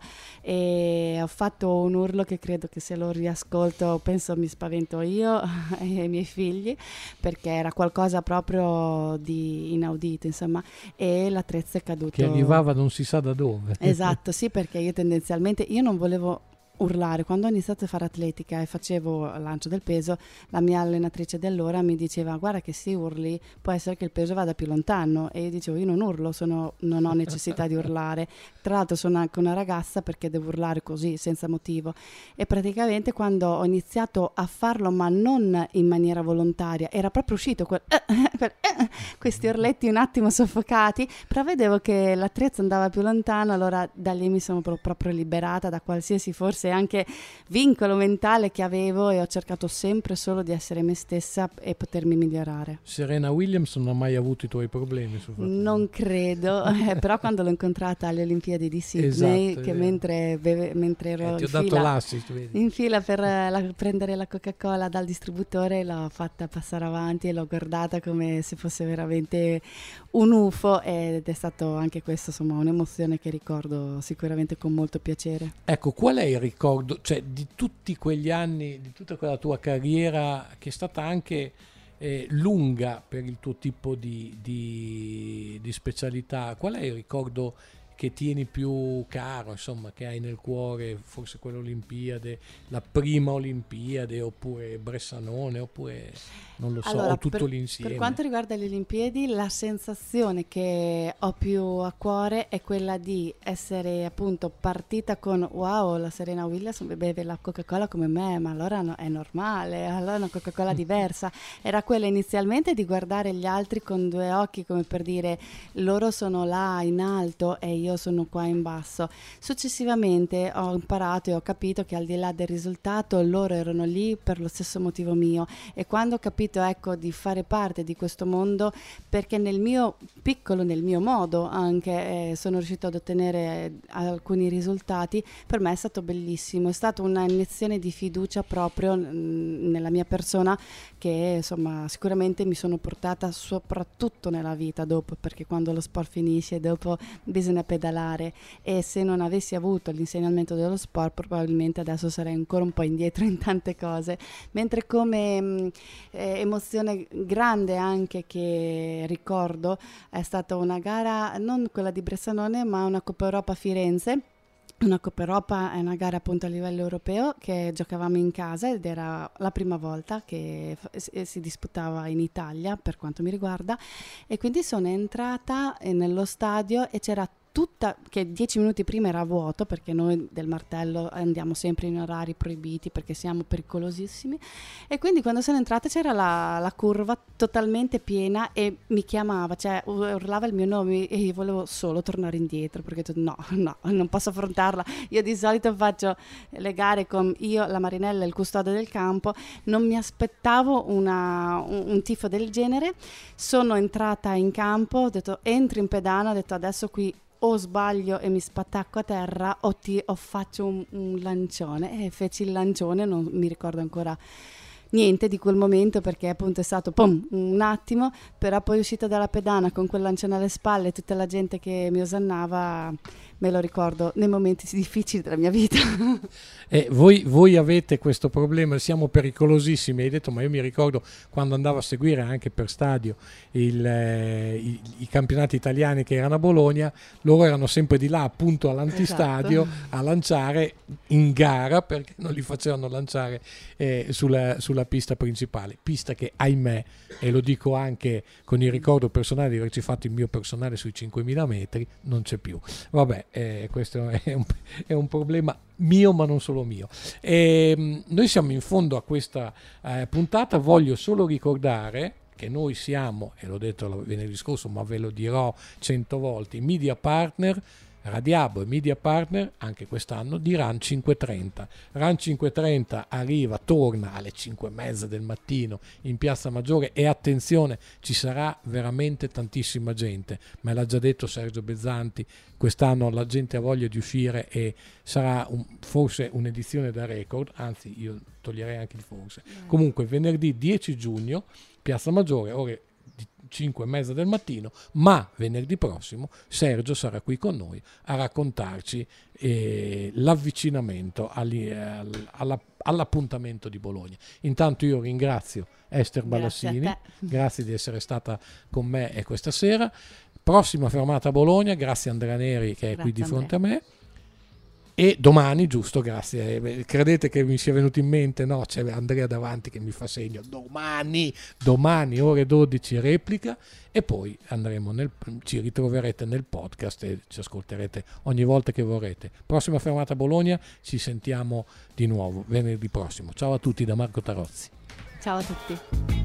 E ho fatto un urlo che credo che se lo riascolto penso mi spavento io e i miei figli, perché era qualcosa proprio di inaudito, insomma, e l'attrezzo è caduto, che arrivava non si sa da dove. Esatto, sì, perché io tendenzialmente io non volevo urlare. Quando ho iniziato a fare atletica e facevo lancio del peso, la mia allenatrice dell'ora mi diceva: guarda che se urli può essere che il peso vada più lontano, e io dicevo: io non urlo, sono, non ho necessità di urlare, tra l'altro sono anche una ragazza, perché devo urlare così senza motivo. E praticamente quando ho iniziato a farlo, ma non in maniera volontaria, era proprio uscito quel, eh, quel, eh, questi urletti un attimo soffocati, però vedevo che l'attrezzo andava più lontano, allora da lì mi sono pro- proprio liberata da qualsiasi forse anche vincolo mentale che avevo, e ho cercato sempre solo di essere me stessa e potermi migliorare. Serena Williams non ha mai avuto i tuoi problemi sul fatto? Non credo, eh, però quando l'ho incontrata alle Olimpiadi di Sydney, Esatto, che mentre, beve, mentre ero eh, ti in, ho dato fila, l'assist, vedi? in fila per la, prendere la Coca-Cola dal distributore, l'ho fatta passare avanti e l'ho guardata come se fosse veramente un U F O, ed è stato anche questo insomma un'emozione che ricordo sicuramente con molto piacere. Ecco, qual è il ricordo, cioè, di tutti quegli anni, di tutta quella tua carriera che è stata anche eh, lunga per il tuo tipo di, di, di specialità? Qual è il ricordo che tieni più caro, insomma, che hai nel cuore, forse quelle Olimpiadi, la prima Olimpiade, oppure Bressanone, oppure non lo so, Allora, o tutto per, l'insieme? per quanto riguarda le Olimpiadi, la sensazione che ho più a cuore è quella di essere appunto partita con wow, la Serena Williams beve la Coca-Cola come me, ma allora no, è normale, allora è una Coca-Cola diversa. Era quella inizialmente di guardare gli altri con due occhi, come per dire loro sono là in alto e io sono qua in basso. Successivamente ho imparato e ho capito che al di là del risultato loro erano lì per lo stesso motivo mio, e quando ho capito, ecco, di fare parte di questo mondo, perché nel mio piccolo, nel mio modo anche eh, sono riuscito ad ottenere eh, alcuni risultati, per me è stato bellissimo, è stata una iniezione di fiducia proprio mh, nella mia persona, che insomma sicuramente mi sono portata soprattutto nella vita dopo, perché quando lo sport finisce dopo bisogna pedalare, e se non avessi avuto l'insegnamento dello sport probabilmente adesso sarei ancora un po' indietro in tante cose. Mentre come mh, eh, emozione grande anche che ricordo è stata una gara, non quella di Bressanone, ma una Coppa Europa a Firenze. Una Coppa Europa è una gara appunto a livello europeo che giocavamo in casa ed era la prima volta che f- si disputava in Italia per quanto mi riguarda, e quindi sono entrata nello stadio e c'era tutta, che dieci minuti prima era vuoto, perché noi del Martello andiamo sempre in orari proibiti perché siamo pericolosissimi, e quindi quando sono entrata c'era la, la curva totalmente piena e mi chiamava, cioè urlava il mio nome, e io volevo solo tornare indietro perché no, no, non posso affrontarla. Io di solito faccio le gare con io, la Marinella e il custode del campo, non mi aspettavo una, un, un tifo del genere. Sono entrata in campo, ho detto entro in pedana, ho detto adesso qui o sbaglio e mi spattacco a terra o, ti, o faccio un, un lancione, e feci il lancione, non mi ricordo ancora niente di quel momento perché appunto è stato pum, un attimo, però poi uscita dalla pedana con quel lancione alle spalle e tutta la gente che mi osannava, me lo ricordo nei momenti difficili della mia vita. E voi, voi avete questo problema, siamo pericolosissimi, hai detto, ma io mi ricordo quando andavo a seguire anche per stadio il, eh, i, i campionati italiani che erano a Bologna, loro erano sempre di là appunto all'antistadio, esatto, a lanciare in gara perché non li facevano lanciare eh, sulla, sulla pista principale, pista che ahimè, e lo dico anche con il ricordo personale di averci fatto il mio personale sui cinquemila metri, non c'è più. Vabbè, eh, questo è un, è un problema mio, ma non solo mio. E, noi siamo in fondo a questa eh, puntata. Voglio solo ricordare che noi siamo, e l'ho detto venerdì scorso ma ve lo dirò cento volte, i media partner Radiabo e media partner anche quest'anno di RAN cinquecentotrenta. RAN cinquecentotrenta arriva, torna alle cinque e mezza del mattino in Piazza Maggiore, e attenzione, ci sarà veramente tantissima gente, me l'ha già detto Sergio Bezzanti, quest'anno la gente ha voglia di uscire e sarà un, forse un'edizione da record, anzi io toglierei anche il forse. Yeah. Comunque venerdì dieci giugno Piazza Maggiore, ore cinque e mezza del mattino, ma venerdì prossimo Sergio sarà qui con noi a raccontarci eh, l'avvicinamento agli, eh, alla, all'appuntamento di Bologna. Intanto io ringrazio Ester Balassini, grazie, grazie di essere stata con me e questa sera. Prossima fermata a Bologna, grazie a Andrea Neri che è grazie qui di fronte Andrea. a me. E domani, giusto, grazie, credete che mi sia venuto in mente? No, c'è Andrea davanti che mi fa segno, domani, domani ore dodici replica, e poi andremo nel, ci ritroverete nel podcast e ci ascolterete ogni volta che vorrete. Prossima fermata a Bologna, ci sentiamo di nuovo venerdì prossimo. Ciao a tutti da Marco Tarozzi. Ciao a tutti.